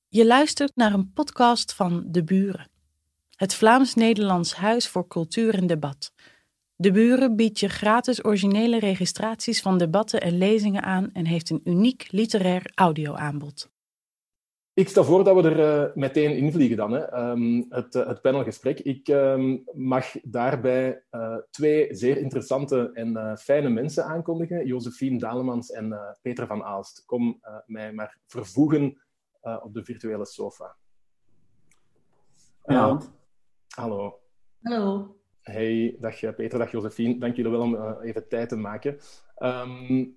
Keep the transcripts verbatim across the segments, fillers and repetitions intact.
Je luistert naar een podcast van De Buren, het Vlaams-Nederlands Huis voor Cultuur en Debat. De Buren biedt je gratis originele registraties van debatten en lezingen aan en heeft een uniek literair audioaanbod. Ik stel voor dat we er uh, meteen invliegen dan, hè. Um, het, uh, het panelgesprek. Ik um, mag daarbij uh, twee zeer interessante en uh, fijne mensen aankondigen. Josephine Dalemans en uh, Peter van Aalst. Kom uh, mij maar vervoegen uh, op de virtuele sofa. Ja. Uh, hallo. Hallo. Hey, dag Peter, dag Josephine. Dank jullie wel om uh, even tijd te maken. Um,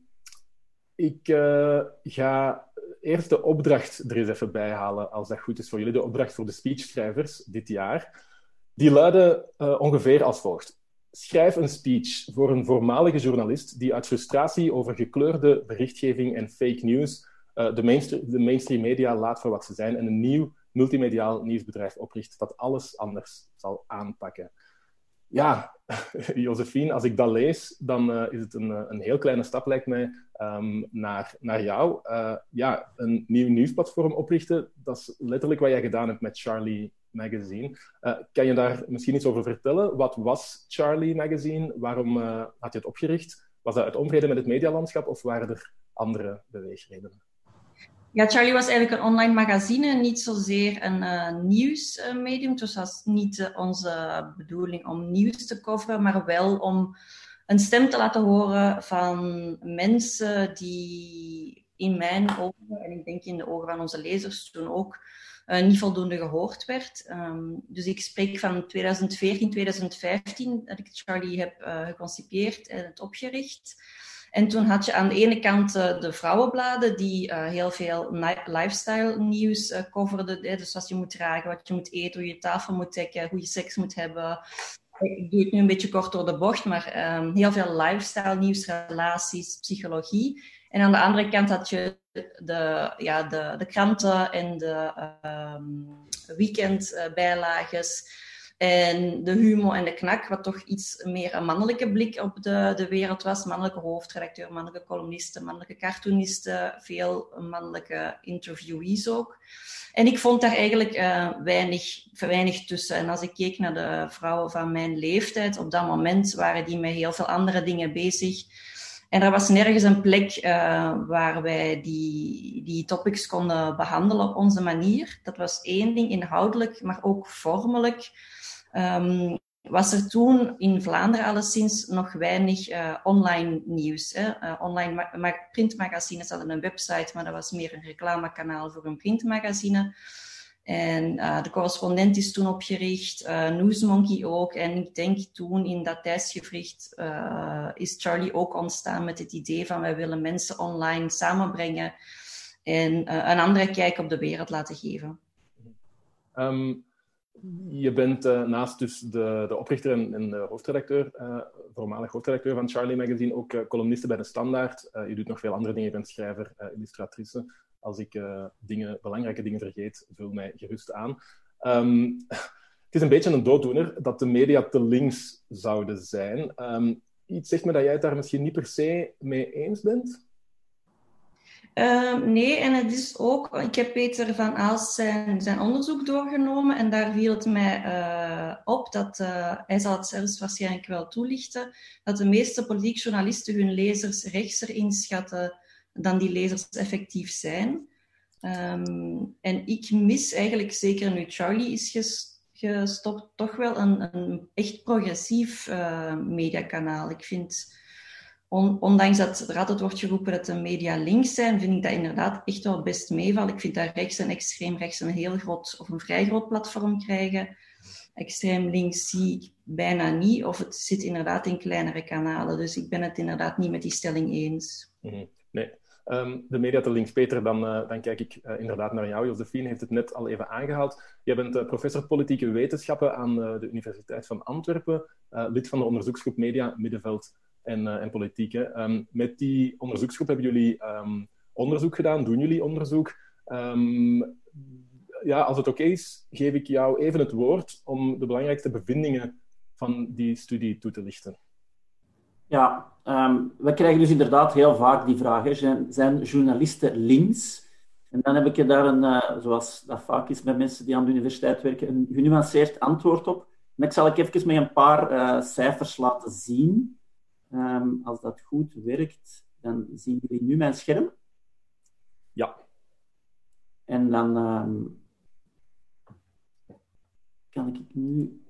ik uh, ga eerst de opdracht er eens even bij halen, als dat goed is voor jullie. De opdracht voor de speechschrijvers dit jaar. Die luidde uh, ongeveer als volgt. Schrijf een speech voor een voormalige journalist die uit frustratie over gekleurde berichtgeving en fake news uh, de, mainstream, de mainstream media laat voor wat ze zijn en een nieuw multimediaal nieuwsbedrijf opricht dat alles anders zal aanpakken. Ja, Josephine, als ik dat lees, dan uh, is het een, een heel kleine stap, lijkt mij, um, naar, naar jou. Uh, ja, een nieuw nieuwsplatform oprichten, dat is letterlijk wat jij gedaan hebt met Charlie Magazine. Uh, kan je daar misschien iets over vertellen? Wat was Charlie Magazine? Waarom uh, had je het opgericht? Was dat uit onvrede met het medialandschap of waren er andere beweegredenen? Ja, Charlie was eigenlijk een online magazine, niet zozeer een uh, nieuwsmedium. Dus het was niet uh, onze bedoeling om nieuws te coveren, maar wel om een stem te laten horen van mensen die in mijn ogen, en ik denk in de ogen van onze lezers toen ook, uh, niet voldoende gehoord werd. Um, dus ik spreek van twintig veertien, twintig vijftien, dat ik Charlie heb uh, geconcipieerd en het opgericht. En toen had je aan de ene kant uh, de vrouwenbladen die uh, heel veel lifestyle nieuws uh, coverden. Hè? Dus wat je moet dragen, wat je moet eten, hoe je tafel moet dekken, hoe je seks moet hebben. Ik doe het nu een beetje kort door de bocht, maar um, heel veel lifestyle nieuws, relaties, psychologie. En aan de andere kant had je de, ja, de, de kranten en de um, weekendbijlages. En de humor en de knak, wat toch iets meer een mannelijke blik op de, de wereld was. Mannelijke hoofdredacteur, mannelijke columnisten, mannelijke cartoonisten, veel mannelijke interviewees ook. En ik vond daar eigenlijk uh, weinig, weinig tussen. En als ik keek naar de vrouwen van mijn leeftijd, op dat moment waren die met heel veel andere dingen bezig. En er was nergens een plek uh, waar wij die, die topics konden behandelen op onze manier. Dat was één ding, inhoudelijk, maar ook vormelijk. Um, was er toen in Vlaanderen alleszins nog weinig uh, online nieuws. Hè? Uh, online ma- ma- printmagazines hadden een website, maar dat was meer een reclamekanaal voor een printmagazine. En uh, de correspondent is toen opgericht, uh, Newsmonkey ook. En ik denk toen in dat tijdsgevricht uh, is Charlie ook ontstaan met het idee van wij willen mensen online samenbrengen en uh, een andere kijk op de wereld laten geven. Um... Je bent uh, naast dus de, de oprichter en, en de hoofdredacteur, uh, voormalig hoofdredacteur van Charlie Magazine, ook uh, columniste bij De Standaard. Uh, je doet nog veel andere dingen, je bent schrijver, uh, illustratrice. Als ik uh, dingen, belangrijke dingen vergeet, vul mij gerust aan. Um, het is een beetje een dooddoener dat de media te links zouden zijn. Um, iets zegt me dat jij het daar misschien niet per se mee eens bent? Uh, nee, en het is ook... Ik heb Peter van Aalst zijn, zijn onderzoek doorgenomen en daar viel het mij uh, op dat... Uh, hij zal het zelfs waarschijnlijk wel toelichten, dat de meeste politiek journalisten hun lezers rechtser inschatten dan die lezers effectief zijn. Um, en ik mis eigenlijk, zeker nu Charlie is ges, gestopt, toch wel een, een echt progressief uh, mediakanaal. Ik vind... Ondanks dat er altijd wordt geroepen dat de media links zijn, vind ik dat inderdaad echt wel best meevalt. Ik vind dat rechts en extreem rechts een heel groot of een vrij groot platform krijgen. Extreem links zie ik bijna niet, of het zit inderdaad in kleinere kanalen. Dus ik ben het inderdaad niet met die stelling eens. Mm-hmm. Nee. Um, de media te links. Peter, dan, uh, dan kijk ik uh, inderdaad naar jou. Josephine heeft het net al even aangehaald. Jij bent uh, professor politieke wetenschappen aan uh, de Universiteit van Antwerpen, uh, lid van de onderzoeksgroep Media, Middenveld en, uh, en Politiek. Um, met die onderzoeksgroep hebben jullie um, onderzoek gedaan, doen jullie onderzoek. Um, ja, als het oké okay is, geef ik jou even het woord om de belangrijkste bevindingen van die studie toe te lichten. Ja, um, we krijgen dus inderdaad heel vaak die vraag, hè, zijn, zijn journalisten links? En dan heb ik daar een, uh, zoals dat vaak is bij mensen die aan de universiteit werken, een genuanceerd antwoord op. En ik zal ik even met een paar uh, cijfers laten zien. Um, als dat goed werkt, dan zien jullie nu mijn scherm. Ja. En dan um, kan ik nu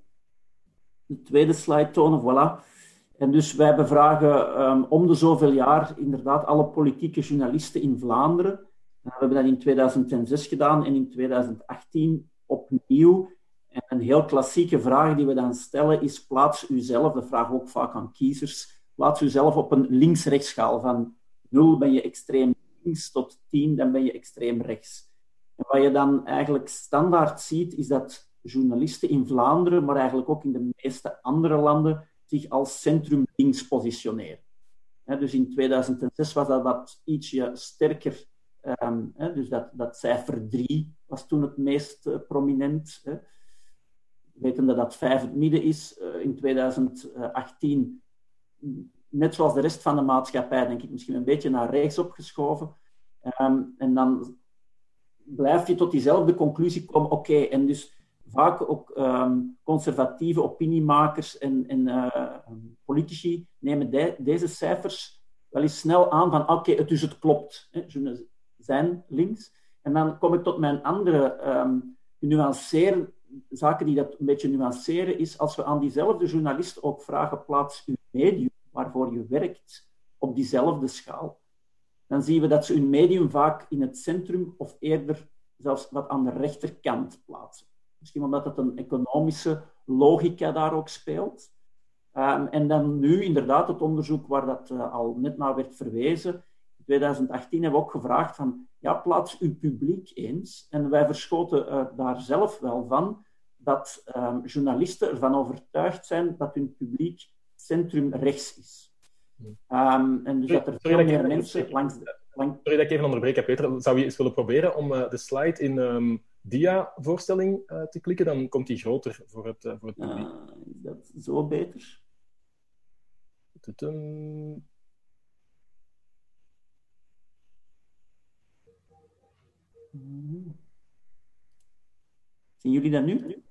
de tweede slide tonen. Voilà. En dus wij bevragen um, om de zoveel jaar inderdaad alle politieke journalisten in Vlaanderen. Uh, we hebben dat in tweeduizend zes gedaan en in tweeduizend achttien opnieuw. En een heel klassieke vraag die we dan stellen is: plaats uzelf, dat vragen we ook vaak aan kiezers, plaats uzelf op een links-rechts-schaal. Van nul ben je extreem links tot tien, dan ben je extreem rechts. En wat je dan eigenlijk standaard ziet, is dat journalisten in Vlaanderen, maar eigenlijk ook in de meeste andere landen, zich als centrum links positioneren. He, dus in tweeduizend zes was dat wat ietsje sterker. Um, he, dus dat, dat cijfer drie was toen het meest uh, prominent. He. Weten dat dat vijf het midden is. Uh, in tweeduizend achttien, net zoals de rest van de maatschappij, denk ik, misschien een beetje naar rechts opgeschoven. Um, en dan blijf je tot diezelfde conclusie komen. Oké, okay, en dus vaak ook um, conservatieve opiniemakers en, en uh, politici nemen de, deze cijfers wel eens snel aan van oké, okay, het, dus het klopt. Hè, ze zijn links. En dan kom ik tot mijn andere um, nuanceer, zaken die dat een beetje nuanceren, is als we aan diezelfde journalist ook vragen, plaats uw medium waarvoor je werkt op diezelfde schaal, dan zien we dat ze hun medium vaak in het centrum of eerder zelfs wat aan de rechterkant plaatsen. Misschien omdat het een economische logica daar ook speelt. Um, en dan nu inderdaad het onderzoek waar dat uh, al net naar werd verwezen. In tweeduizend achttien hebben we ook gevraagd van, ja, plaats uw publiek eens. En wij verschoten uh, daar zelf wel van dat um, journalisten ervan overtuigd zijn dat hun publiek centrum rechts is. Um, en dus dat er veel Sorry, meer dat mensen langs de... Lang... Sorry dat ik even onderbreek, Peter. Zou je eens willen proberen om uh, de slide in um, dia-voorstelling uh, te klikken? Dan komt die groter voor het, uh, voor het publiek. Uh, is dat zo beter? Tudum. Zien jullie dat nu?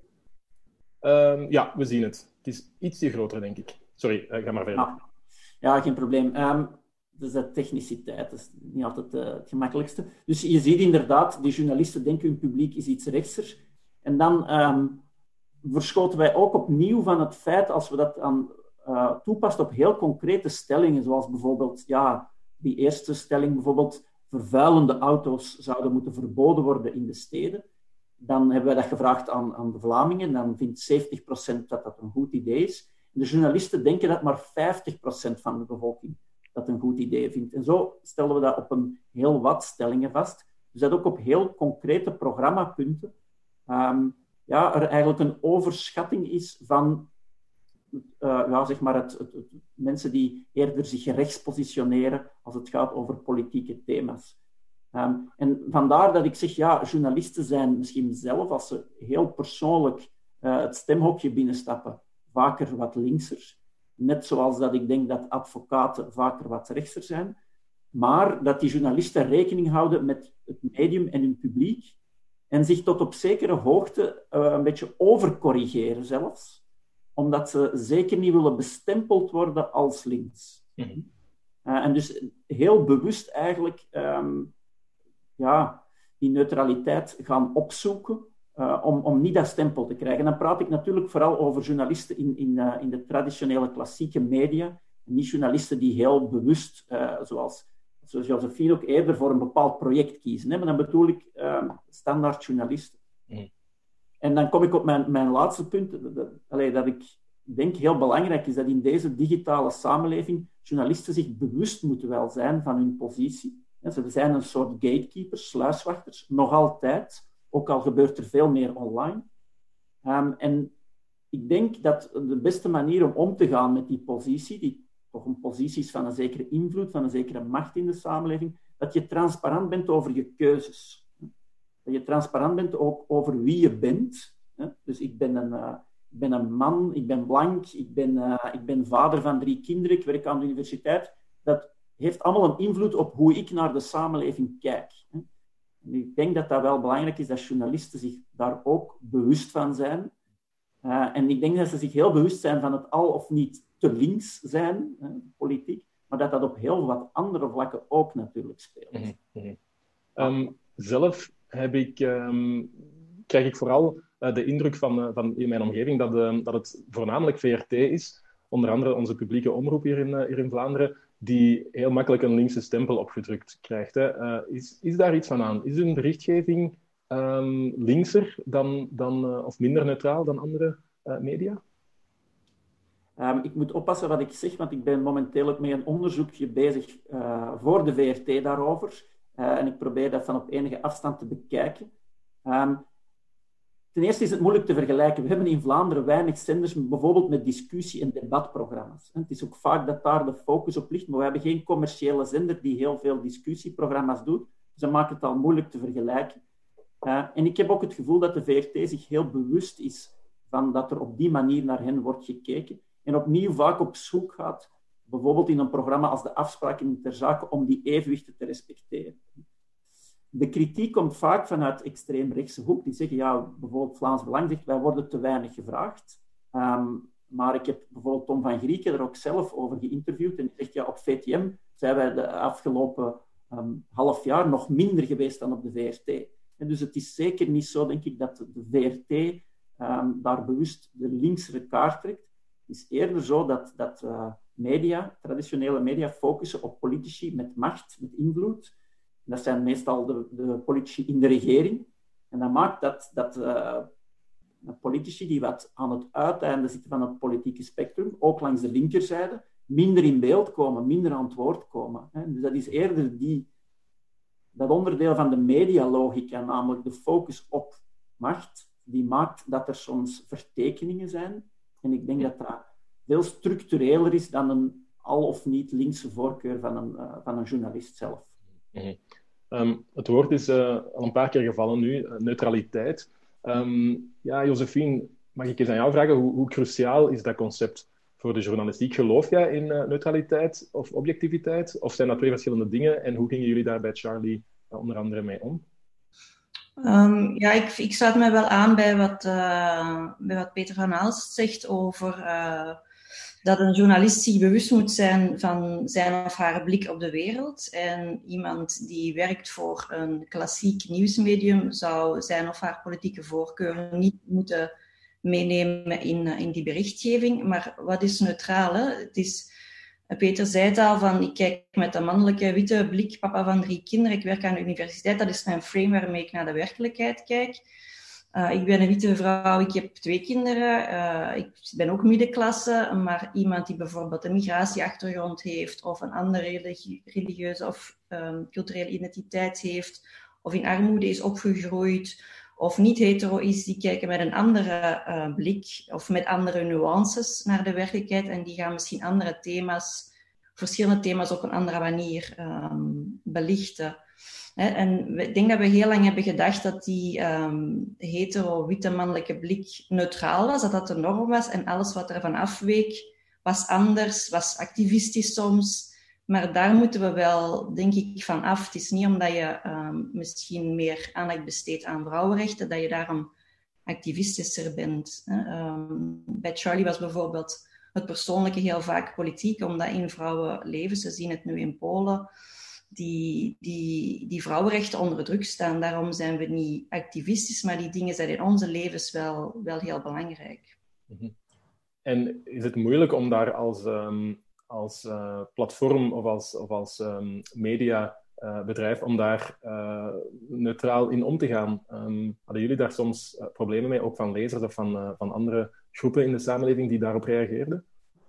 Um, ja, we zien het. Het is ietsje groter, denk ik. Sorry, uh, ga maar verder. Ah, ja, geen probleem. Um, dus dat techniciteit, dat is niet altijd uh, het gemakkelijkste. Dus je ziet inderdaad, die journalisten denken hun publiek is iets rechtser. En dan um, verschoten wij ook opnieuw van het feit, als we dat aan, uh, toepast op heel concrete stellingen, zoals bijvoorbeeld, ja, die eerste stelling bijvoorbeeld, vervuilende auto's zouden moeten verboden worden in de steden. Dan hebben wij dat gevraagd aan, aan de Vlamingen. Dan vindt zeventig procent dat dat een goed idee is. En de journalisten denken dat maar vijftig procent van de bevolking dat een goed idee vindt. En zo stellen we dat op een heel wat stellingen vast. Dus dat ook op heel concrete programmapunten um, ja, er eigenlijk een overschatting is van uh, ja, zeg maar het, het, het, mensen die eerder zich rechts positioneren als het gaat over politieke thema's. Um, en vandaar dat ik zeg, ja, journalisten zijn misschien zelf, als ze heel persoonlijk uh, het stemhokje binnenstappen, vaker wat linkser. Net zoals dat ik denk dat advocaten vaker wat rechtser zijn. Maar dat die journalisten rekening houden met het medium en hun publiek en zich tot op zekere hoogte uh, een beetje overcorrigeren zelfs, omdat ze zeker niet willen bestempeld worden als links. Mm-hmm. Uh, en dus heel bewust eigenlijk um, ja, die neutraliteit gaan opzoeken uh, om, om niet dat stempel te krijgen. En dan praat ik natuurlijk vooral over journalisten in, in, uh, in de traditionele klassieke media, en niet journalisten die heel bewust, uh, zoals, zoals Josephine ook eerder, voor een bepaald project kiezen. Hè? Maar dan bedoel ik uh, standaard journalisten. Mm. En dan kom ik op mijn, mijn laatste punt, dat, dat, allee, dat ik denk heel belangrijk is, dat in deze digitale samenleving journalisten zich bewust moeten wel zijn van hun positie. Ze zijn een soort gatekeepers, sluiswachters, nog altijd, ook al gebeurt er veel meer online. Um, en ik denk dat de beste manier om om te gaan met die positie, die toch een positie is van een zekere invloed, van een zekere macht in de samenleving, dat je transparant bent over je keuzes. Dat je transparant bent ook over wie je bent. Dus ik ben een, uh, ik ben een man, ik ben blank, ik ben, uh, ik ben vader van drie kinderen, ik werk aan de universiteit. Dat heeft allemaal een invloed op hoe ik naar de samenleving kijk. En ik denk dat dat wel belangrijk is, dat journalisten zich daar ook bewust van zijn. Uh, en ik denk dat ze zich heel bewust zijn van het al of niet te links zijn, uh, politiek, maar dat dat op heel wat andere vlakken ook natuurlijk speelt. Mm-hmm. Um, zelf heb ik, um, krijg ik vooral uh, de indruk van, uh, van in mijn omgeving dat, uh, dat het voornamelijk V R T is, onder andere onze publieke omroep hier in, uh, hier in Vlaanderen, die heel makkelijk een linkse stempel opgedrukt krijgt. Hè. Uh, is, is daar iets van aan? Is hun berichtgeving um, linkser dan, dan, uh, of minder neutraal dan andere uh, media? Um, ik moet oppassen wat ik zeg, want ik ben momenteel ook met een onderzoekje bezig uh, voor de V R T daarover. Uh, en ik probeer dat van op enige afstand te bekijken. Um, ten eerste is het moeilijk te vergelijken. We hebben in Vlaanderen weinig zenders, bijvoorbeeld met discussie- en debatprogramma's. Het is ook vaak dat daar de focus op ligt, maar we hebben geen commerciële zender die heel veel discussieprogramma's doet. Dus dat maakt het al moeilijk te vergelijken. Uh, en ik heb ook het gevoel dat de V R T zich heel bewust is van dat er op die manier naar hen wordt gekeken. En opnieuw vaak op zoek gaat, bijvoorbeeld in een programma als De Afspraken ter Zake, om die evenwichten te respecteren. De kritiek komt vaak vanuit extreemrechtse hoek. Die zeggen, ja, bijvoorbeeld Vlaams Belang zegt, wij worden te weinig gevraagd. Um, maar ik heb bijvoorbeeld Tom van Grieken er ook zelf over geïnterviewd. En die zegt, ja, op V T M zijn wij de afgelopen um, half jaar nog minder geweest dan op de V R T. En dus het is zeker niet zo, denk ik, dat de V R T um, daar bewust de linksere kaart trekt. Het is eerder zo dat, dat uh, media, traditionele media, focussen op politici met macht, met invloed. Dat zijn meestal de, de politici in de regering. En dat maakt dat, dat uh, politici die wat aan het uiteinde zitten van het politieke spectrum, ook langs de linkerzijde, minder in beeld komen, minder aan het woord komen. Hè. Dus dat is eerder die, dat onderdeel van de medialogica, namelijk de focus op macht, die maakt dat er soms vertekeningen zijn. En ik denk dat dat veel structureler is dan een al of niet linkse voorkeur van een, uh, van een journalist zelf. Mm-hmm. Um, het woord is uh, al een paar keer gevallen nu, uh, neutraliteit. Um, ja, Josephine, mag ik eens aan jou vragen, hoe, hoe cruciaal is dat concept voor de journalistiek? Geloof jij in uh, neutraliteit of objectiviteit? Of zijn dat twee verschillende dingen? En hoe gingen jullie daar bij Charlie uh, onder andere mee om? Um, ja, ik, ik sluit mij wel aan bij wat, uh, bij wat Peter van Aalst zegt over uh, dat een journalist zich bewust moet zijn van zijn of haar blik op de wereld. En iemand die werkt voor een klassiek nieuwsmedium zou zijn of haar politieke voorkeuren niet moeten meenemen in, in die berichtgeving. Maar wat is neutraal? Hè? Het is, Peter zei het al, van ik kijk met een mannelijke witte blik, papa van drie kinderen, ik werk aan de universiteit, dat is mijn frame waarmee ik naar de werkelijkheid kijk. Uh, ik ben een witte vrouw, ik heb twee kinderen, uh, ik ben ook middenklasse, maar iemand die bijvoorbeeld een migratieachtergrond heeft of een andere religie, religieuze of um, culturele identiteit heeft of in armoede is opgegroeid of niet hetero is, die kijken met een andere uh, blik of met andere nuances naar de werkelijkheid en die gaan misschien andere thema's, verschillende thema's op een andere manier um, belichten. He, en ik denk dat we heel lang hebben gedacht dat die um, hetero-witte mannelijke blik neutraal was, dat dat de norm was en alles wat ervan afweek was anders, was activistisch soms. Maar daar moeten we wel, denk ik, van af. Het is niet omdat je um, misschien meer aandacht besteedt aan vrouwenrechten, dat je daarom activistischer bent. Um, bij Charlie was bijvoorbeeld het persoonlijke heel vaak politiek, omdat in vrouwenlevens, we zien het nu in Polen, die, die, die vrouwenrechten onder druk staan. Daarom zijn we niet activistisch, maar die dingen zijn in onze levens wel, wel heel belangrijk. Mm-hmm. En is het moeilijk om daar als... Um... als uh, platform of als, of als um, mediabedrijf uh, om daar uh, neutraal in om te gaan. Um, hadden jullie daar soms uh, problemen mee, ook van lezers of van, uh, van andere groepen in de samenleving die daarop reageerden?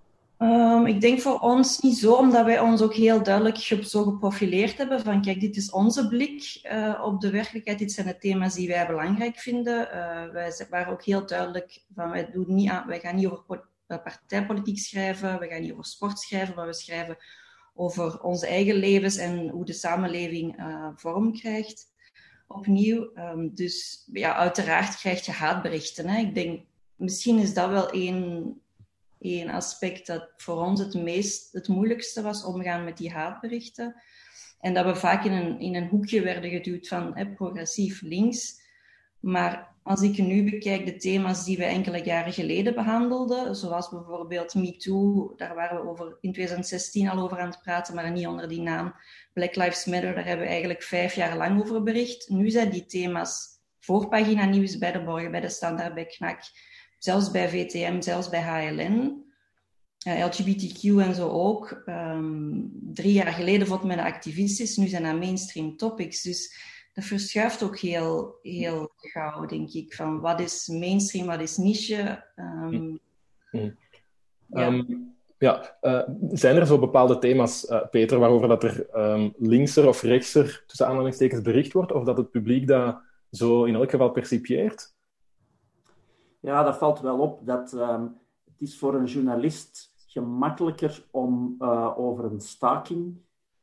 Um, ik denk voor ons niet zo, omdat wij ons ook heel duidelijk zo geprofileerd hebben van kijk, dit is onze blik uh, op de werkelijkheid, dit zijn de thema's die wij belangrijk vinden. Uh, wij waren ook heel duidelijk van wij, doen niet aan, wij gaan niet over partijpolitiek schrijven, we gaan niet over sport schrijven, maar we schrijven over onze eigen levens en hoe de samenleving uh, vorm krijgt. Opnieuw, um, dus ja, uiteraard krijg je haatberichten. Hè. Ik denk, misschien is dat wel één, één aspect dat voor ons het meest, het moeilijkste was, omgaan met die haatberichten. En dat we vaak in een, in een hoekje werden geduwd van hè, progressief links. Maar als ik nu bekijk de thema's die we enkele jaren geleden behandelden, zoals bijvoorbeeld MeToo, daar waren we over, in twintig zestien al over aan het praten, maar niet onder die naam. Black Lives Matter, daar hebben we eigenlijk vijf jaar lang over bericht. Nu zijn die thema's voorpagina nieuws bij de Borgen, bij de Standaard, bij Knak, zelfs bij V T M, zelfs bij H L N. Uh, L G B T Q en zo ook. Um, drie jaar geleden vond men activistisch, nu zijn dat mainstream topics. Dus dat verschuift ook heel, heel gauw, denk ik. Van wat is mainstream, wat is niche? Um, mm. ja. Um, ja, uh, zijn er zo bepaalde thema's, uh, Peter, waarover dat er um, linkser of rechtser, tussen aanhalingstekens, bericht wordt? Of dat het publiek dat zo in elk geval percipieert? Ja, dat valt wel op. Dat, um, het is voor een journalist gemakkelijker om uh, over een staking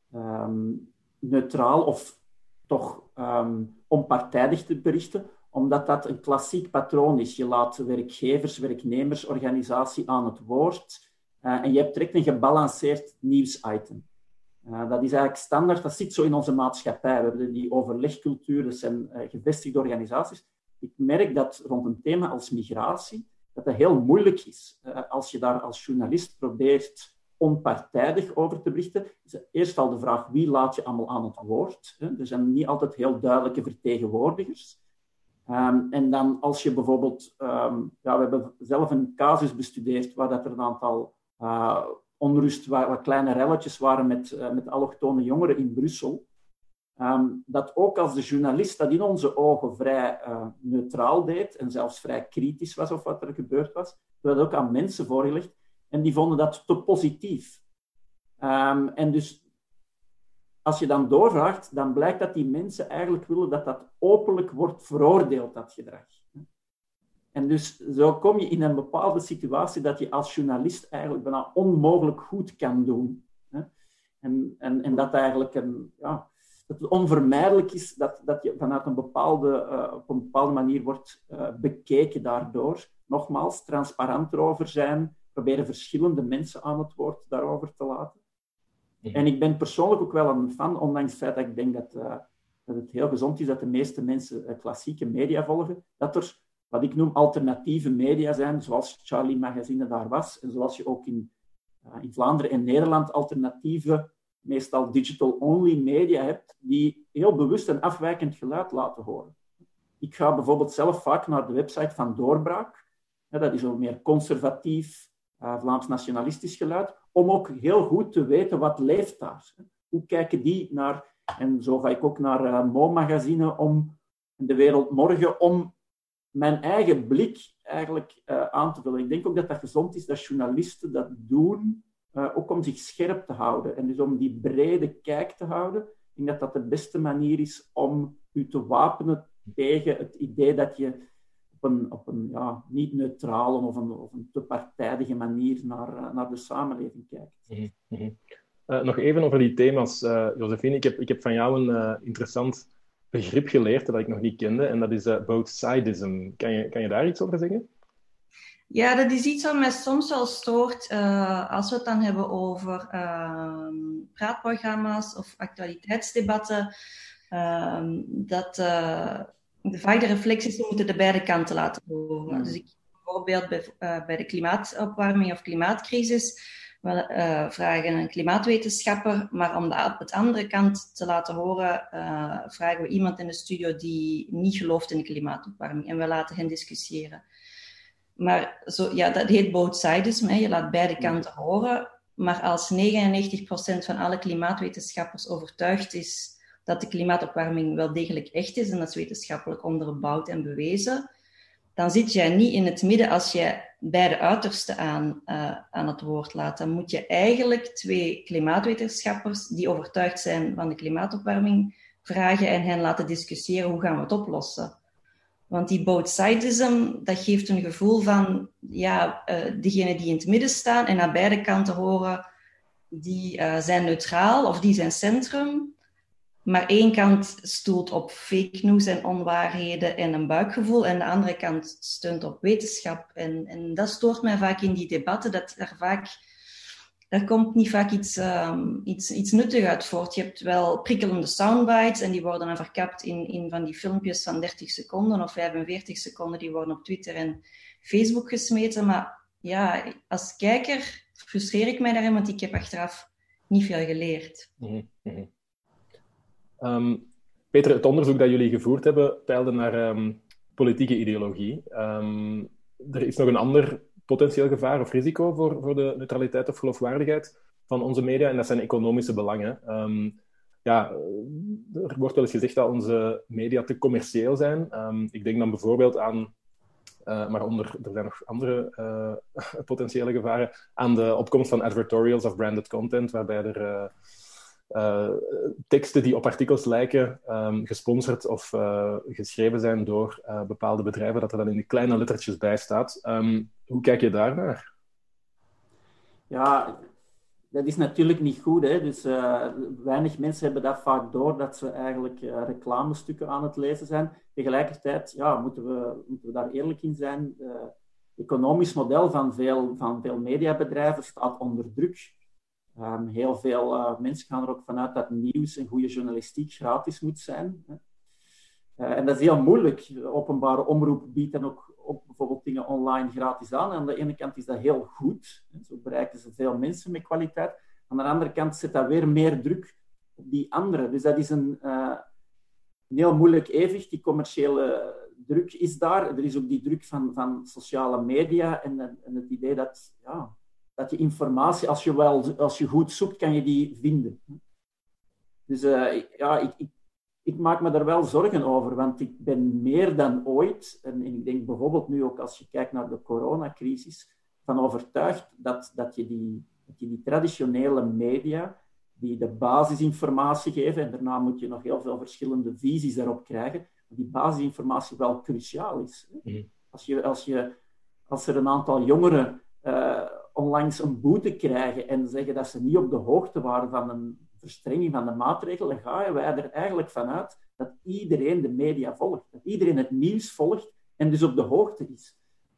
um, neutraal of toch um, onpartijdig te berichten, omdat dat een klassiek patroon is. Je laat werkgevers, werknemers, organisatie aan het woord uh, en je hebt direct een gebalanceerd nieuwsitem. Uh, dat is eigenlijk standaard, dat zit zo in onze maatschappij. We hebben die overlegcultuur, dat zijn uh, gevestigde organisaties. Ik merk dat rond een thema als migratie, dat dat heel moeilijk is. Uh, als je daar als journalist probeert onpartijdig over te berichten, is eerst al de vraag, wie laat je allemaal aan het woord? Hè? Er zijn niet altijd heel duidelijke vertegenwoordigers. Um, en dan als je bijvoorbeeld... Um, ja, we hebben zelf een casus bestudeerd waar dat er een aantal uh, onrust, waar, waar kleine relletjes waren met, uh, met allochtone jongeren in Brussel. Um, dat ook als de journalist dat in onze ogen vrij uh, neutraal deed en zelfs vrij kritisch was op wat er gebeurd was, we dat ook aan mensen voorgelegd en die vonden dat te positief. Um, en dus als je dan doorvraagt, dan blijkt dat die mensen eigenlijk willen dat dat openlijk wordt veroordeeld, dat gedrag. En dus zo kom je in een bepaalde situatie dat je als journalist eigenlijk bijna onmogelijk goed kan doen. En, en, en dat eigenlijk een... Ja, dat het onvermijdelijk is dat, dat je vanuit een bepaalde, uh, op een bepaalde manier wordt uh, bekeken daardoor. Nogmaals, transparant erover zijn, proberen verschillende mensen aan het woord daarover te laten. Ja. En ik ben persoonlijk ook wel een fan, ondanks het feit dat ik denk dat, uh, dat het heel gezond is dat de meeste mensen uh, klassieke media volgen, dat er, wat ik noem, alternatieve media zijn, zoals Charlie Magazine daar was, en zoals je ook in, uh, in Vlaanderen en Nederland alternatieve meestal digital-only media hebt, die heel bewust een afwijkend geluid laten horen. Ik ga bijvoorbeeld zelf vaak naar de website van Doorbraak. Ja, dat is een meer conservatief, uh, Vlaams-nationalistisch geluid, om ook heel goed te weten wat leeft daar. Hoe kijken die naar... En zo ga ik ook naar uh, Mo-magazine om De Wereld Morgen, om mijn eigen blik eigenlijk uh, aan te vullen. Ik denk ook dat dat gezond is dat journalisten dat doen, Uh, ook om zich scherp te houden en dus om die brede kijk te houden. Ik denk dat dat de beste manier is om u te wapenen tegen het idee dat je op een, op een ja, niet neutrale of een, of een te partijdige manier naar, uh, naar de samenleving kijkt. Mm-hmm. Uh, nog even over die thema's, uh, Josephine. Ik heb, ik heb van jou een uh, interessant begrip geleerd dat ik nog niet kende en dat is uh, both-sidism. Kan je, kan je daar iets over zeggen? Ja, dat is iets wat mij soms wel stoort uh, als we het dan hebben over uh, praatprogramma's of actualiteitsdebatten. Uh, dat uh, vaak de reflecties moeten de beide kanten laten horen. Mm. Dus ik bijvoorbeeld bij, uh, bij de klimaatopwarming of klimaatcrisis we, uh, vragen een klimaatwetenschapper, maar om dat op de andere kant te laten horen, uh, vragen we iemand in de studio die niet gelooft in de klimaatopwarming en we laten hen discussiëren. Maar zo, ja, dat heet both-sidism. Je laat beide kanten horen. Maar als negenennegentig procent van alle klimaatwetenschappers overtuigd is dat de klimaatopwarming wel degelijk echt is en dat is wetenschappelijk onderbouwd en bewezen, dan zit jij niet in het midden als je beide uitersten aan, uh, aan het woord laat. Dan moet je eigenlijk twee klimaatwetenschappers die overtuigd zijn van de klimaatopwarming vragen en hen laten discussiëren hoe gaan we het oplossen. Want die both-sidism, dat geeft een gevoel van, ja, uh, degenen die in het midden staan en aan beide kanten horen, die uh, zijn neutraal of die zijn centrum. Maar één kant stoelt op fake news en onwaarheden en een buikgevoel en de andere kant steunt op wetenschap. En, en dat stoort mij vaak in die debatten, dat er vaak daar komt niet vaak iets, um, iets, iets nuttigs uit voort. Je hebt wel prikkelende soundbites en die worden dan verkapt in, in van die filmpjes van dertig seconden of vijfenveertig seconden. Die worden op Twitter en Facebook gesmeten. Maar ja, als kijker frustreer ik mij daarin, want ik heb achteraf niet veel geleerd. Mm-hmm. Um, Peter, het onderzoek dat jullie gevoerd hebben peilde naar um, politieke ideologie. Um, er is nog een ander potentieel gevaar of risico voor, voor de neutraliteit of geloofwaardigheid van onze media, en dat zijn economische belangen. Um, ja, er wordt wel eens gezegd dat onze media te commercieel zijn. Um, ik denk dan bijvoorbeeld aan, uh, maar onder, er zijn nog andere uh, potentiële gevaren, aan de opkomst van advertorials of branded content, waarbij er uh, uh, teksten die op artikels lijken, um, gesponsord of uh, geschreven zijn door uh, bepaalde bedrijven, dat er dan in die kleine lettertjes bij staat. Um, hoe kijk je daar naar? Ja, dat is natuurlijk niet goed. Hè? Dus uh, weinig mensen hebben dat vaak door, dat ze eigenlijk uh, reclamestukken aan het lezen zijn. Tegelijkertijd ja, moeten, we, moeten we daar eerlijk in zijn. Het uh, economisch model van veel, van veel mediabedrijven staat onder druk. Um, heel veel uh, mensen gaan er ook vanuit dat nieuws en goede journalistiek gratis moet zijn. Hè? Uh, en dat is heel moeilijk. De openbare omroep biedt dan ook, ook bijvoorbeeld dingen online gratis aan. En aan de ene kant is dat heel goed. Hè? Zo bereiken ze veel mensen met kwaliteit. Aan de andere kant zet dat weer meer druk op die anderen. Dus dat is een, uh, een heel moeilijk evenwicht. Die commerciële druk is daar. Er is ook die druk van, van sociale media en, en het idee dat... Ja, dat je informatie, als je, wel, als je goed zoekt, kan je die vinden. Dus uh, ja, ik, ik, ik maak me daar wel zorgen over, want ik ben meer dan ooit, en, en ik denk bijvoorbeeld nu ook als je kijkt naar de coronacrisis, van overtuigd dat, dat, je die, dat je die traditionele media, die de basisinformatie geven, en daarna moet je nog heel veel verschillende visies daarop krijgen, dat die basisinformatie wel cruciaal is. Mm. Als, je, als, je, als er een aantal jongeren uh, onlangs een boete krijgen en zeggen dat ze niet op de hoogte waren van een verstrenging van de maatregelen, gaan wij er eigenlijk vanuit dat iedereen de media volgt. Dat iedereen het nieuws volgt en dus op de hoogte is.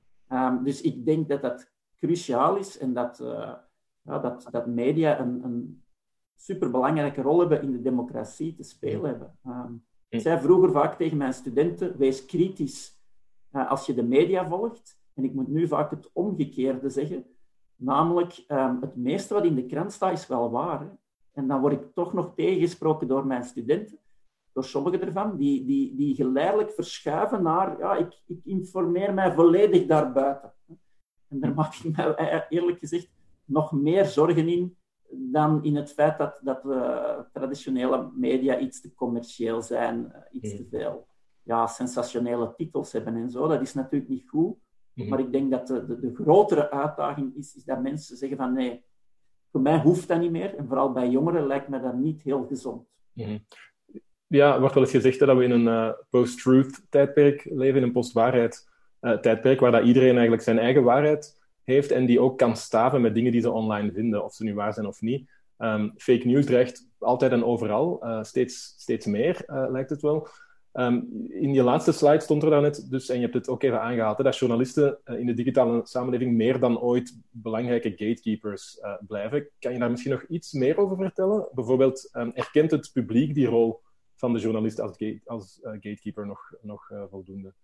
Um, dus ik denk dat dat cruciaal is en dat, uh, ja, dat, dat media een, een superbelangrijke rol hebben in de democratie te spelen hebben. Um, ik zei vroeger vaak tegen mijn studenten, wees kritisch uh, als je de media volgt. En ik moet nu vaak het omgekeerde zeggen. Namelijk, um, het meeste wat in de krant staat is wel waar. Hè? En dan word ik toch nog tegengesproken door mijn studenten, door sommigen ervan, die, die, die geleidelijk verschuiven naar, ja, ik, ik informeer mij volledig daarbuiten. En daar maak ik mij eerlijk gezegd nog meer zorgen in dan in het feit dat, dat uh, traditionele media iets te commercieel zijn, uh, iets te veel ja, sensationele titels hebben en zo. Dat is natuurlijk niet goed. Mm-hmm. Maar ik denk dat de, de, de grotere uitdaging is, is dat mensen zeggen van nee, voor mij hoeft dat niet meer. En vooral bij jongeren lijkt me dat niet heel gezond. Mm-hmm. Ja, er wordt wel eens gezegd dat we in een uh, post-truth tijdperk leven, in een post-waarheid uh, tijdperk, waar dat iedereen eigenlijk zijn eigen waarheid heeft en die ook kan staven met dingen die ze online vinden, of ze nu waar zijn of niet. Um, fake news dreigt altijd en overal, uh, steeds, steeds meer, uh, lijkt het wel. Um, in je laatste slide stond er dan net, dus, en je hebt het ook even aangehaald, hè, dat journalisten uh, in de digitale samenleving meer dan ooit belangrijke gatekeepers uh, blijven. Kan je daar misschien nog iets meer over vertellen? Bijvoorbeeld, um, erkent het publiek die rol van de journalist als, gate, als uh, gatekeeper nog, nog uh, voldoende?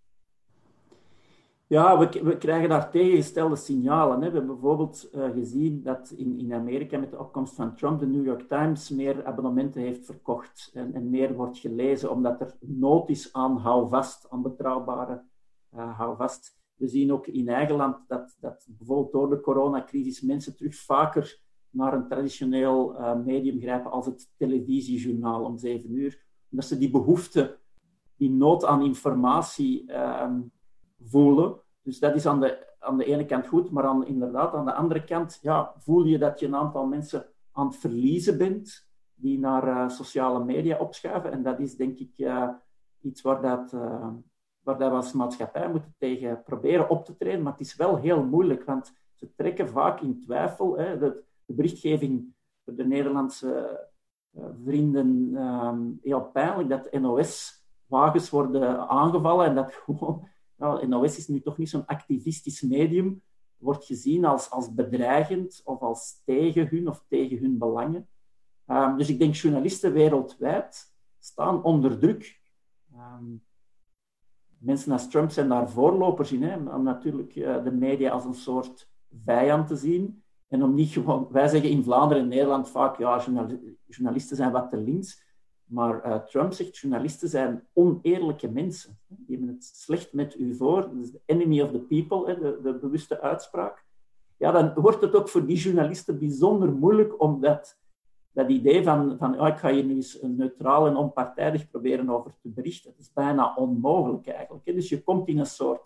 Ja, we, we krijgen daar tegengestelde signalen. Hè. We hebben bijvoorbeeld uh, gezien dat in, in Amerika met de opkomst van Trump de New York Times meer abonnementen heeft verkocht en, en meer wordt gelezen, omdat er nood is aan houvast, aan betrouwbare uh, houvast. We zien ook in eigen land dat, dat bijvoorbeeld door de coronacrisis mensen terug vaker naar een traditioneel uh, medium grijpen als het televisiejournaal om zeven uur. Omdat ze die behoefte, die nood aan informatie uh, voelen. Dus dat is aan de, aan de ene kant goed, maar aan, inderdaad aan de andere kant ja, voel je dat je een aantal mensen aan het verliezen bent die naar uh, sociale media opschuiven. En dat is denk ik uh, iets waar, dat, uh, waar dat we als maatschappij moeten tegen proberen op te treden. Maar het is wel heel moeilijk, want ze trekken vaak in twijfel. Hè, de, de berichtgeving voor de Nederlandse uh, vrienden uh, heel pijnlijk dat N O S-wagens worden aangevallen en dat gewoon... Nou, N O S is nu toch niet zo'n activistisch medium. wordt gezien als, als bedreigend of als tegen hun of tegen hun belangen. Um, dus ik denk journalisten wereldwijd staan onder druk. Um, mensen als Trump zijn daar voorlopers in, hè, om natuurlijk uh, de media als een soort vijand te zien. En om niet gewoon... Wij zeggen in Vlaanderen en Nederland vaak, ja, journalisten zijn wat te links. Maar uh, Trump zegt, journalisten zijn oneerlijke mensen. Die hebben het slecht met u voor. Dat is the enemy of the people, hè, de, de bewuste uitspraak. Ja, dan wordt het ook voor die journalisten bijzonder moeilijk om dat, dat idee van, van oh, ik ga hier nu eens neutraal en onpartijdig proberen over te berichten. Dat is bijna onmogelijk eigenlijk. Hè. Dus je komt in een soort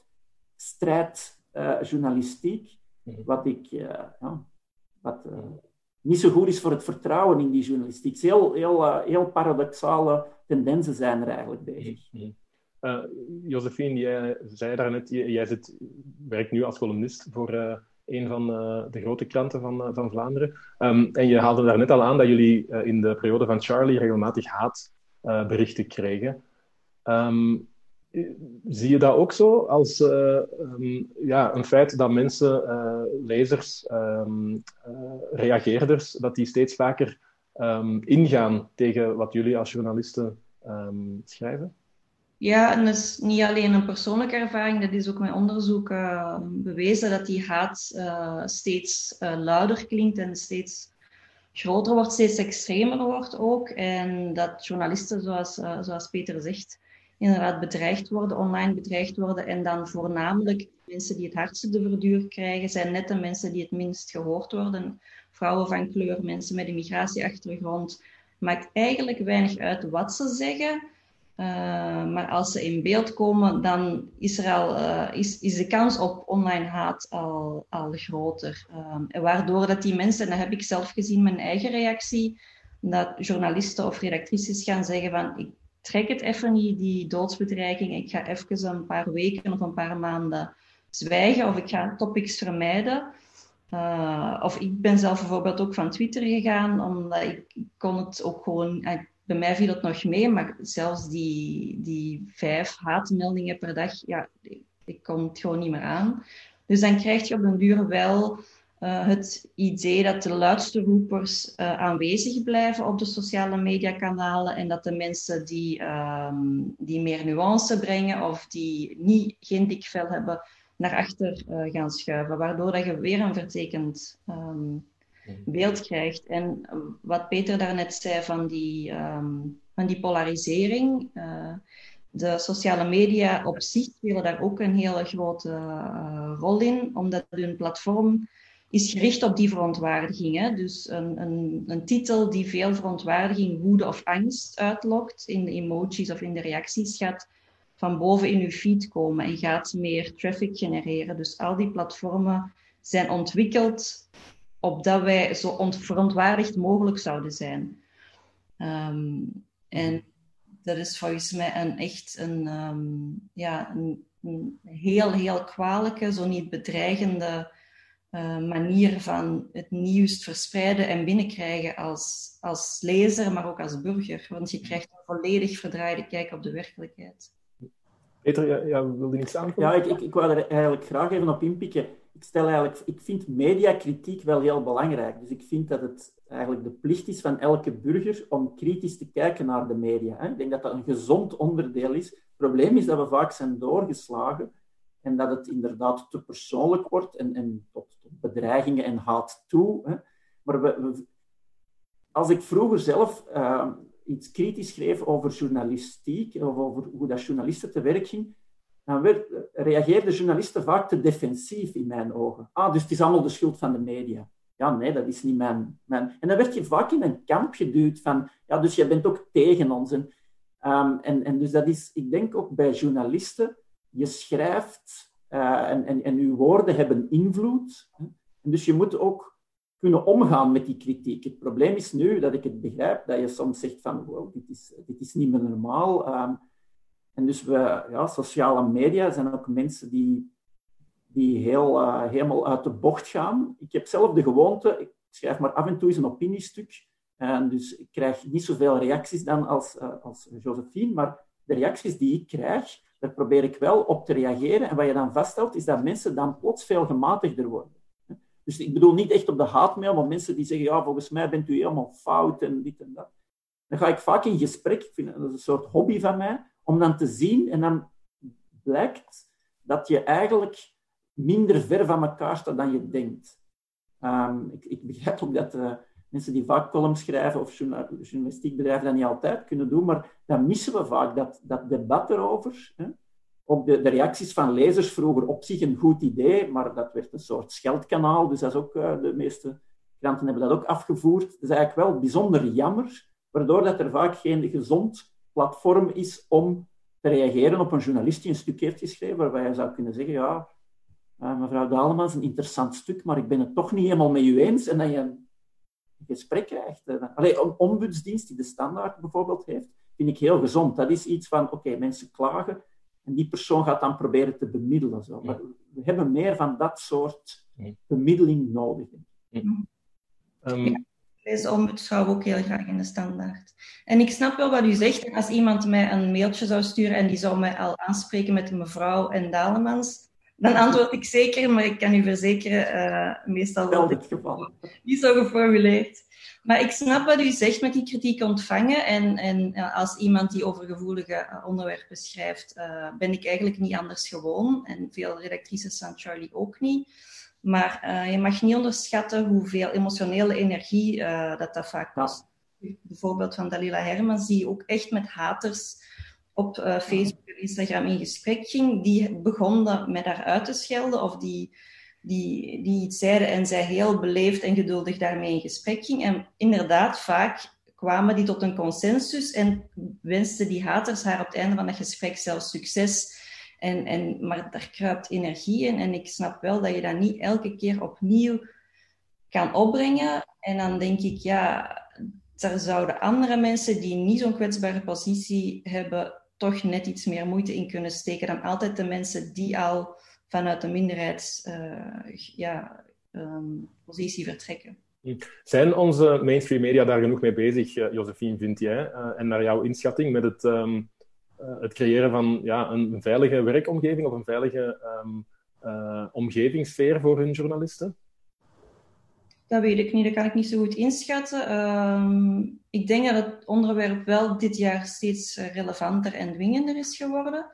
strijdjournalistiek, uh, wat ik... Uh, ja, wat, uh, niet zo goed is voor het vertrouwen in die journalistiek. Heel, heel, uh, heel paradoxale tendensen zijn er eigenlijk bezig. Uh, Josephine, jij zei daarnet, jij zit, werkt nu als columnist voor uh, een van uh, de grote kranten van, uh, van Vlaanderen. Um, en je haalde daarnet al aan dat jullie uh, in de periode van Charlie regelmatig haatberichten uh, kregen. Um, zie je dat ook zo als uh, um, ja, een feit dat mensen, uh, lezers, um, uh, reageerders, dat die steeds vaker um, ingaan tegen wat jullie als journalisten um, schrijven? Ja, en dat is niet alleen een persoonlijke ervaring, dat is ook met onderzoek uh, bewezen dat die haat uh, steeds uh, luider klinkt en steeds groter wordt, steeds extremer wordt ook. En dat journalisten, zoals, uh, zoals Peter zegt, inderdaad bedreigd worden, online bedreigd worden. En dan voornamelijk mensen die het hardste de verduur krijgen, zijn net de mensen die het minst gehoord worden. Vrouwen van kleur, mensen met een migratieachtergrond. Maakt eigenlijk weinig uit wat ze zeggen. Uh, maar als ze in beeld komen, dan is, er al, uh, is, is de kans op online haat al, al groter. Um, en waardoor dat die mensen, en dat heb ik zelf gezien, mijn eigen reactie, dat journalisten of redactrices gaan zeggen van ik trek het even niet, die doodsbedreiging, ik ga even een paar weken of een paar maanden zwijgen of ik ga topics vermijden. Uh, of ik ben zelf bijvoorbeeld ook van Twitter gegaan, omdat ik, ik kon het ook gewoon... Uh, bij mij viel het nog mee, maar zelfs die, die vijf haatmeldingen per dag, ja, ik, ik kon het gewoon niet meer aan. Dus dan krijg je op den duur wel uh, het idee dat de luidste roepers uh, aanwezig blijven op de sociale mediakanalen en dat de mensen die, um, die meer nuance brengen of die niet, geen dik vel hebben, naar achter uh, gaan schuiven, waardoor dat je weer een vertekend um, beeld krijgt. En wat Peter daarnet zei van die, um, van die polarisering, uh, de sociale media op zich spelen daar ook een hele grote uh, rol in, omdat hun platform is gericht op die verontwaardiging. Hè? Dus een, een, een titel die veel verontwaardiging, woede of angst uitlokt in de emojis of in de reacties, gaat van boven in uw feed komen en gaat meer traffic genereren. Dus al die platformen zijn ontwikkeld opdat wij zo verontwaardigd mogelijk zouden zijn. Um, en dat is volgens mij een echt een, um, ja, een, een heel, heel kwalijke, zo niet bedreigende uh, manier van het nieuws verspreiden en binnenkrijgen als, als lezer, maar ook als burger. Want je krijgt een volledig verdraaide kijk op de werkelijkheid. Peter, ja, ja, wilde je iets aanvullen? Ja, ik, ik, ik wou er eigenlijk graag even op inpikken. Ik, stel eigenlijk, ik vind mediakritiek wel heel belangrijk. Dus ik vind dat het eigenlijk de plicht is van elke burger om kritisch te kijken naar de media. Hè. Ik denk dat dat een gezond onderdeel is. Het probleem is dat we vaak zijn doorgeslagen en dat het inderdaad te persoonlijk wordt en, en tot, tot bedreigingen en haat toe. Hè. Maar we, we, als ik vroeger zelf uh, iets kritisch schreef over journalistiek of over hoe dat journalisten te werk ging, dan werd, reageerden journalisten vaak te defensief in mijn ogen. Ah, dus het is allemaal de schuld van de media. Ja, nee, dat is niet mijn... mijn... En dan werd je vaak in een kamp geduwd van... Ja, dus je bent ook tegen ons. En, um, en, en dus dat is... Ik denk ook bij journalisten... Je schrijft uh, en, en, en uw woorden hebben invloed. Hè? En dus je moet ook kunnen omgaan met die kritiek. Het probleem is nu dat ik het begrijp, dat je soms zegt van... Wow, dit is, dit is niet meer normaal... Um, En dus we, ja, sociale media zijn ook mensen die, die heel, uh, helemaal uit de bocht gaan. Ik heb zelf de gewoonte, ik schrijf maar af en toe eens een opiniestuk. En dus ik krijg niet zoveel reacties dan als, uh, als Josephine, maar de reacties die ik krijg, daar probeer ik wel op te reageren. En wat je dan vaststelt, is dat mensen dan plots veel gematigder worden. Dus ik bedoel niet echt op de haatmail, maar mensen die zeggen, ja, volgens mij bent u helemaal fout en dit en dat. Dan ga ik vaak in gesprek, ik vind dat is een soort hobby van mij, om dan te zien, en dan blijkt dat je eigenlijk minder ver van elkaar staat dan je denkt. Um, ik, ik begrijp ook dat uh, mensen die vaak columns schrijven of journalistiek bedrijven dat niet altijd kunnen doen, maar dan missen we vaak dat, dat debat erover. Hè? Ook de, de reacties van lezers vroeger op zich een goed idee, maar dat werd een soort scheldkanaal, dus dat is ook, uh, de meeste kranten hebben dat ook afgevoerd. Dat is eigenlijk wel bijzonder jammer, waardoor dat er vaak geen gezond platform is om te reageren op een journalist die een stuk heeft geschreven, waarbij je zou kunnen zeggen, ja, uh, mevrouw Dalemans, een interessant stuk, maar ik ben het toch niet helemaal met u eens, en dat je een gesprek krijgt. Allee, een ombudsdienst die de Standaard bijvoorbeeld heeft, vind ik heel gezond. Dat is iets van, oké, okay, mensen klagen, en die persoon gaat dan proberen te bemiddelen. Zo. Maar we hebben meer van dat soort bemiddeling nodig. Mm. Um, ja, deze ombudsvrouw ook heel graag in de Standaard. En ik snap wel wat u zegt. Als iemand mij een mailtje zou sturen en die zou mij al aanspreken met mevrouw en Dalemans, dan antwoord ik zeker, maar ik kan u verzekeren, uh, meestal wel dit geval. Niet zo geformuleerd. Maar ik snap wat u zegt met die kritiek ontvangen. En, en als iemand die over gevoelige onderwerpen schrijft, uh, ben ik eigenlijk niet anders gewoon. En veel redactrices van Charlie ook niet. Maar uh, je mag niet onderschatten hoeveel emotionele energie uh, dat dat vaak kost. Ja. Bijvoorbeeld van Dalila Hermans, die ook echt met haters op uh, Facebook en Instagram in gesprek ging. Die begon met haar uit te schelden of die... Die, die iets zeiden en zij heel beleefd en geduldig daarmee in gesprek ging. En inderdaad, vaak kwamen die tot een consensus en wensten die haters haar op het einde van het gesprek zelfs succes. En, en, maar daar kruipt energie in en ik snap wel dat je dat niet elke keer opnieuw kan opbrengen. En dan denk ik, ja, er zouden andere mensen die niet zo'n kwetsbare positie hebben, toch net iets meer moeite in kunnen steken dan altijd de mensen die al vanuit de minderheidspositie uh, ja, um, vertrekken. Zijn onze mainstream media daar genoeg mee bezig, uh, Josephine, vind jij? Uh, en naar jouw inschatting met het, um, uh, het creëren van ja, een, een veilige werkomgeving of een veilige um, uh, omgevingssfeer voor hun journalisten? Dat weet ik niet, dat kan ik niet zo goed inschatten. Um, ik denk dat het onderwerp wel dit jaar steeds relevanter en dwingender is geworden.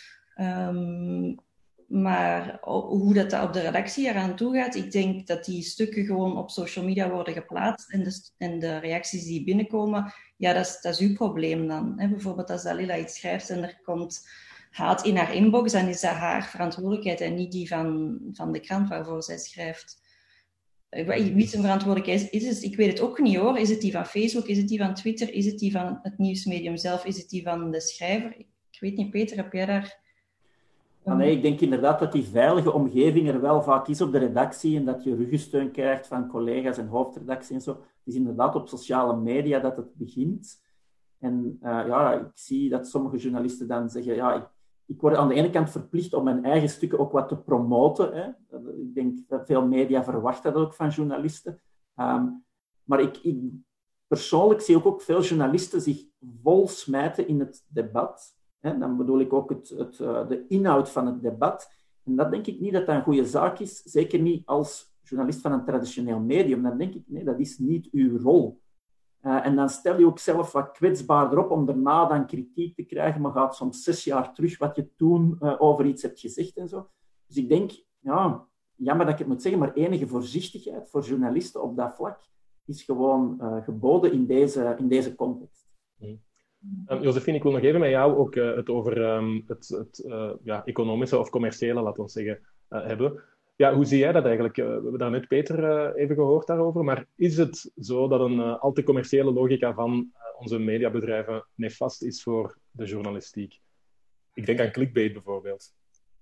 Um, Maar hoe dat op de redactie eraan toe gaat, ik denk dat die stukken gewoon op social media worden geplaatst en de, en de reacties die binnenkomen, ja, dat is, dat is uw probleem dan. Hè? Bijvoorbeeld als Dalila iets schrijft en er komt haat in haar inbox, dan is dat haar verantwoordelijkheid en niet die van, van de krant waarvoor zij schrijft. Wie zijn verantwoordelijkheid is, is, ik weet het ook niet hoor. Is het die van Facebook, is het die van Twitter, is het die van het nieuwsmedium zelf, is het die van de schrijver? Ik weet niet, Peter, heb jij daar... Ah, nee, ik denk inderdaad dat die veilige omgeving er wel vaak is op de redactie en dat je ruggensteun krijgt van collega's en hoofdredactie en zo. Het is inderdaad op sociale media dat het begint. En uh, ja, ik zie dat sommige journalisten dan zeggen, ja, ik, ik word aan de ene kant verplicht om mijn eigen stukken ook wat te promoten. Hè. Ik denk dat veel media verwachten dat ook van journalisten. Um, maar ik, ik persoonlijk zie ook, ook veel journalisten zich vol smijten in het debat. He, dan bedoel ik ook het, het, uh, de inhoud van het debat. En dat denk ik niet dat dat een goede zaak is. Zeker niet als journalist van een traditioneel medium. Dan denk ik, nee, dat is niet uw rol. Uh, en dan stel je ook zelf wat kwetsbaarder op om daarna dan kritiek te krijgen, maar gaat soms zes jaar terug wat je toen uh, over iets hebt gezegd en zo. Dus ik denk, ja, jammer dat ik het moet zeggen, maar enige voorzichtigheid voor journalisten op dat vlak is gewoon uh, geboden in deze, in deze context. Mm. Um, Josephine, ik wil nog even met jou ook uh, het over um, het, het uh, ja, economische of commerciële, laten we zeggen, uh, hebben. Ja, hoe zie jij dat eigenlijk? Uh, we hebben daarnet Peter uh, even gehoord daarover, maar is het zo dat een uh, al te commerciële logica van uh, onze mediabedrijven nefast is voor de journalistiek? Ik denk aan clickbait bijvoorbeeld.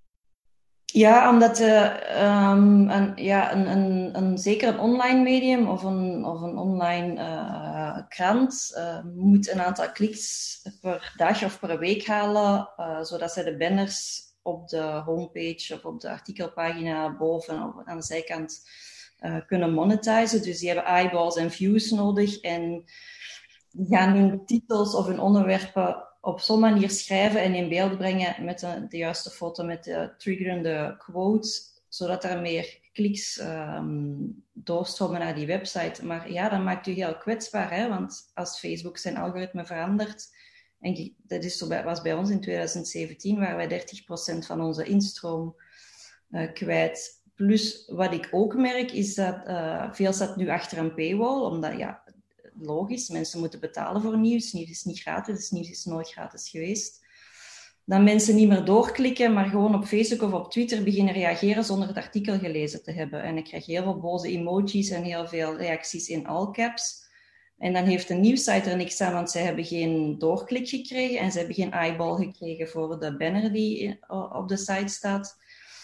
Ja, omdat uh, um, een, ja, een, een, een, zeker een online medium of een, of een online uh, krant uh, moet een aantal kliks per dag of per week halen, uh, zodat zij de banners op de homepage of op de artikelpagina boven of aan de zijkant uh, kunnen monetizen. Dus die hebben eyeballs en views nodig en die gaan hun titels of hun onderwerpen op zo'n manier schrijven en in beeld brengen met de, de juiste foto, met de triggerende quotes, zodat er meer kliks um, doorstromen naar die website. Maar ja, dat maakt u heel kwetsbaar, hè? Want als Facebook zijn algoritme verandert, en dat is zo bij, was bij ons in twintig zeventien, waar wij dertig procent van onze instroom uh, kwijt. Plus, wat ik ook merk, is dat uh, veel staat nu achter een paywall, omdat, ja, logisch, mensen moeten betalen voor nieuws. Nieuws is niet gratis, dus nieuws is nooit gratis geweest. Dat mensen niet meer doorklikken, maar gewoon op Facebook of op Twitter beginnen reageren zonder het artikel gelezen te hebben. En ik krijg heel veel boze emojis en heel veel reacties in all caps. En dan heeft een nieuwssite er niks aan, want zij hebben geen doorklik gekregen en ze hebben geen eyeball gekregen voor de banner die op de site staat.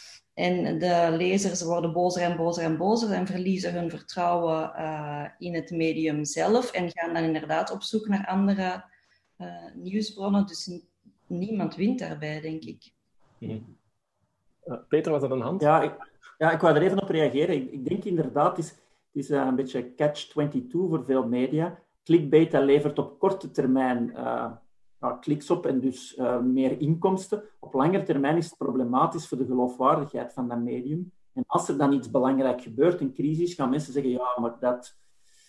En de lezers worden bozer en bozer en bozer en verliezen hun vertrouwen uh, in het medium zelf en gaan dan inderdaad op zoek naar andere uh, nieuwsbronnen. Dus n- niemand wint daarbij, denk ik. Mm-hmm. Uh, Peter, was dat een hand? Ja, ik, ja, ik wou er even op reageren. Ik, ik denk inderdaad, het is, het is uh, een beetje catch twenty-two voor veel media. Clickbait, dat levert op korte termijn uh, uh, kliks op en dus uh, meer inkomsten. Op lange termijn is het problematisch voor de geloofwaardigheid van dat medium. En als er dan iets belangrijk gebeurt, een crisis, gaan mensen zeggen, ja, maar dat,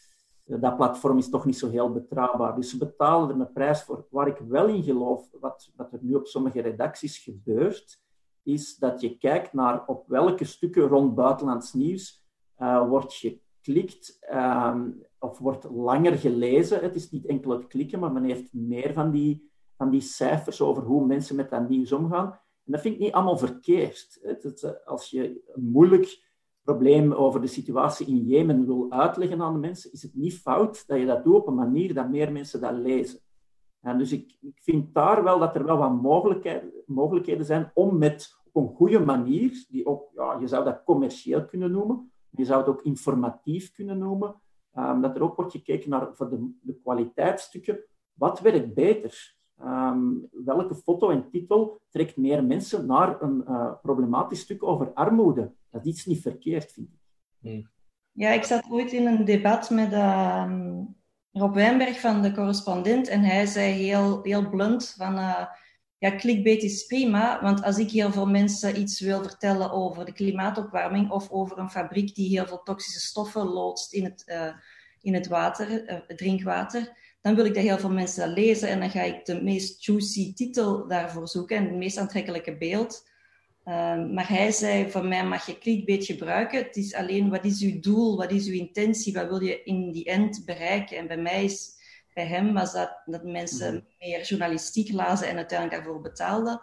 dat platform is toch niet zo heel betrouwbaar. Dus ze betalen er een prijs voor. Waar ik wel in geloof, wat, wat er nu op sommige redacties gebeurt, is dat je kijkt naar op welke stukken rond buitenlands nieuws uh, wordt geklikt um, of wordt langer gelezen. Het is niet enkel het klikken, maar men heeft meer van die, van die cijfers over hoe mensen met dat nieuws omgaan. En dat vind ik niet allemaal verkeerd. Het, het, als je een moeilijk probleem over de situatie in Jemen wil uitleggen aan de mensen, is het niet fout dat je dat doet op een manier dat meer mensen dat lezen. En dus ik, ik vind daar wel dat er wel wat mogelijkheden, mogelijkheden zijn om met op een goede manier, die ook, ja, je zou dat commercieel kunnen noemen, je zou het ook informatief kunnen noemen, um, dat er ook wordt gekeken naar voor de, de kwaliteitsstukken. Wat werkt beter? Um, welke foto en titel trekt meer mensen naar een uh, problematisch stuk over armoede? Dat is iets niet verkeerd, vind ik. Hmm. Ja, ik zat ooit in een debat met uh, Rob Wijnberg van De Correspondent en hij zei heel, heel blunt van... Uh, ja, clickbait is prima, want als ik heel veel mensen iets wil vertellen over de klimaatopwarming of over een fabriek die heel veel toxische stoffen loodst in het, uh, in het water, uh, het drinkwater, dan wil ik dat heel veel mensen dat lezen en dan ga ik de meest juicy titel daarvoor zoeken en het meest aantrekkelijke beeld. Uh, maar hij zei, van mij mag je clickbait gebruiken. Het is alleen, wat is uw doel, wat is uw intentie, wat wil je in die end bereiken? En bij mij is... Bij hem was dat dat mensen meer journalistiek lazen en uiteindelijk daarvoor betaalden.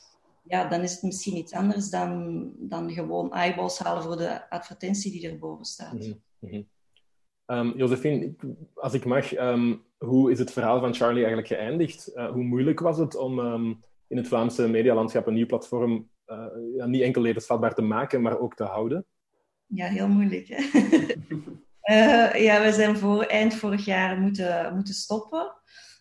Ja, dan is het misschien iets anders dan, dan gewoon eyeballs halen voor de advertentie die erboven staat. Mm-hmm. Um, Josephine, als ik mag, um, hoe is het verhaal van Charlie eigenlijk geëindigd? Uh, hoe moeilijk was het om um, in het Vlaamse medialandschap een nieuw platform uh, ja, niet enkel levensvatbaar te maken, maar ook te houden? Ja, heel moeilijk, hè? Uh, ja, we zijn voor, eind vorig jaar moeten, moeten stoppen.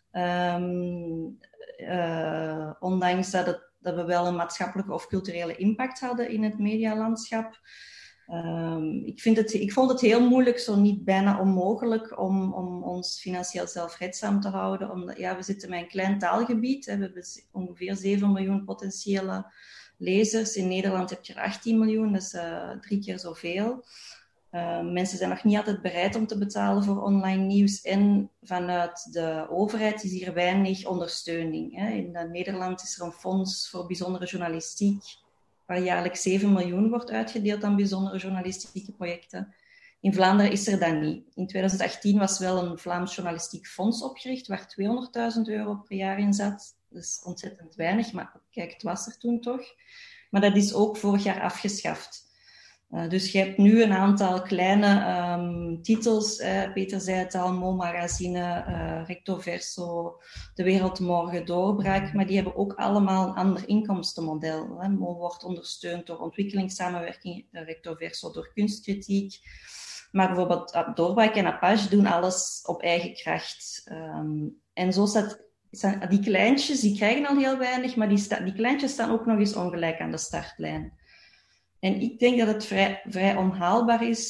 Um, uh, ondanks dat, het, dat we wel een maatschappelijke of culturele impact hadden in het medialandschap. Um, ik, vind het, ik vond het heel moeilijk, zo niet bijna onmogelijk, om, om ons financieel zelfredzaam te houden. Omdat, ja, we zitten met een klein taalgebied. Hè. We hebben ongeveer zeven miljoen potentiële lezers. In Nederland heb je er achttien miljoen, dat is uh, drie keer zoveel. Uh, mensen zijn nog niet altijd bereid om te betalen voor online nieuws en vanuit de overheid is hier weinig ondersteuning. Hè. In Nederland is er een fonds voor bijzondere journalistiek waar jaarlijks zeven miljoen wordt uitgedeeld aan bijzondere journalistieke projecten. In Vlaanderen is er dat niet. In twintig achttien was wel een Vlaams journalistiek fonds opgericht waar tweehonderdduizend euro per jaar in zat. Dat is ontzettend weinig, maar kijk, het was er toen toch. Maar dat is ook vorig jaar afgeschaft. Uh, dus je hebt nu een aantal kleine um, titels. Uh, Peter zei het al, Mo Magazine, uh, Recto Verso, De Wereld Morgen, Doorbraak. Maar die hebben ook allemaal een ander inkomstenmodel. Hè. Mo wordt ondersteund door ontwikkelingssamenwerking, Recto Verso door kunstkritiek. Maar bijvoorbeeld uh, Doorbraak en Apache doen alles op eigen kracht. Um, en zo staat... Die kleintjes, die krijgen al heel weinig, maar die, sta, die kleintjes staan ook nog eens ongelijk aan de startlijn. En ik denk dat het vrij, vrij onhaalbaar is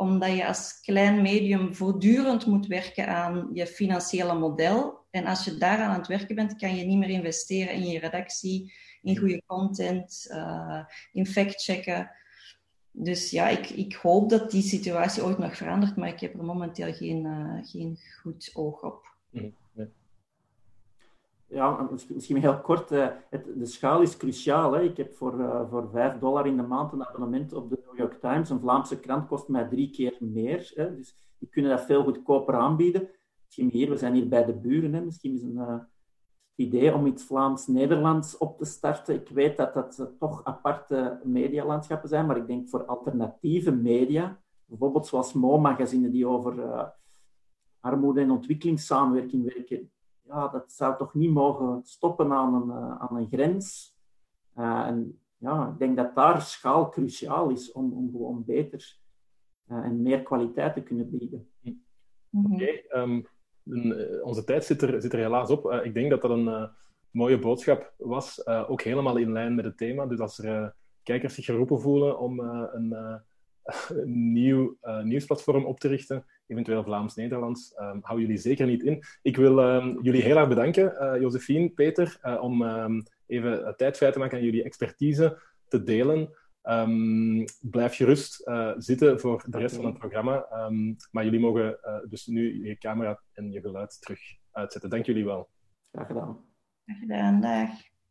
omdat je als klein medium voortdurend moet werken aan je financiële model. En als je daaraan aan het werken bent, kan je niet meer investeren in je redactie, in goede content, uh, in fact-checken. Dus ja, ik, ik hoop dat die situatie ooit nog verandert, maar ik heb er momenteel geen, uh, geen goed oog op. Mm, nee. Ja, misschien heel kort. Uh, het, de schaal is cruciaal. Hè. Ik heb voor, uh, voor vijf dollar in de maand een abonnement op de New York Times. Een Vlaamse krant kost mij drie keer meer. Hè. Dus die kunnen dat veel goedkoper aanbieden. Misschien hier, we zijn hier bij de buren. Hè. Misschien is een uh, idee om iets Vlaams-Nederlands op te starten. Ik weet dat dat uh, toch aparte medialandschappen zijn, maar ik denk voor alternatieve media, bijvoorbeeld zoals Mo-magazine die over uh, armoede- en ontwikkelingssamenwerking werken, ja, dat zou toch niet mogen stoppen aan een, uh, aan een grens. Uh, en ja, ik denk dat daar schaal cruciaal is om, om gewoon beter uh, en meer kwaliteit te kunnen bieden. Mm-hmm. Oké, okay, um, onze tijd zit er, zit er helaas op. Uh, ik denk dat dat een uh, mooie boodschap was, uh, ook helemaal in lijn met het thema. Dus als er uh, kijkers zich geroepen voelen om uh, een, uh, een nieuw uh, nieuwsplatform op te richten, eventueel Vlaams-Nederlands, um, hou jullie zeker niet in. Ik wil um, jullie heel erg bedanken, uh, Josephine, Peter, uh, om um, even uh, tijd vrij te maken en jullie expertise te delen. Um, blijf gerust uh, zitten voor de rest van het programma. Um, maar jullie mogen uh, dus nu je camera en je geluid terug uitzetten. Dank jullie wel. Graag gedaan. Graag gedaan, dag.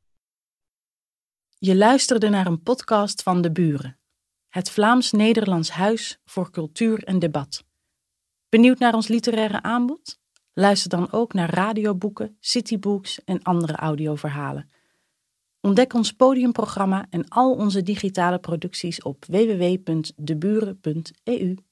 Je luisterde naar een podcast van De Buren. Het Vlaams-Nederlands Huis voor Cultuur en Debat. Benieuwd naar ons literaire aanbod? Luister dan ook naar radioboeken, citybooks en andere audioverhalen. Ontdek ons podiumprogramma en al onze digitale producties op w w w punt de buren punt e u.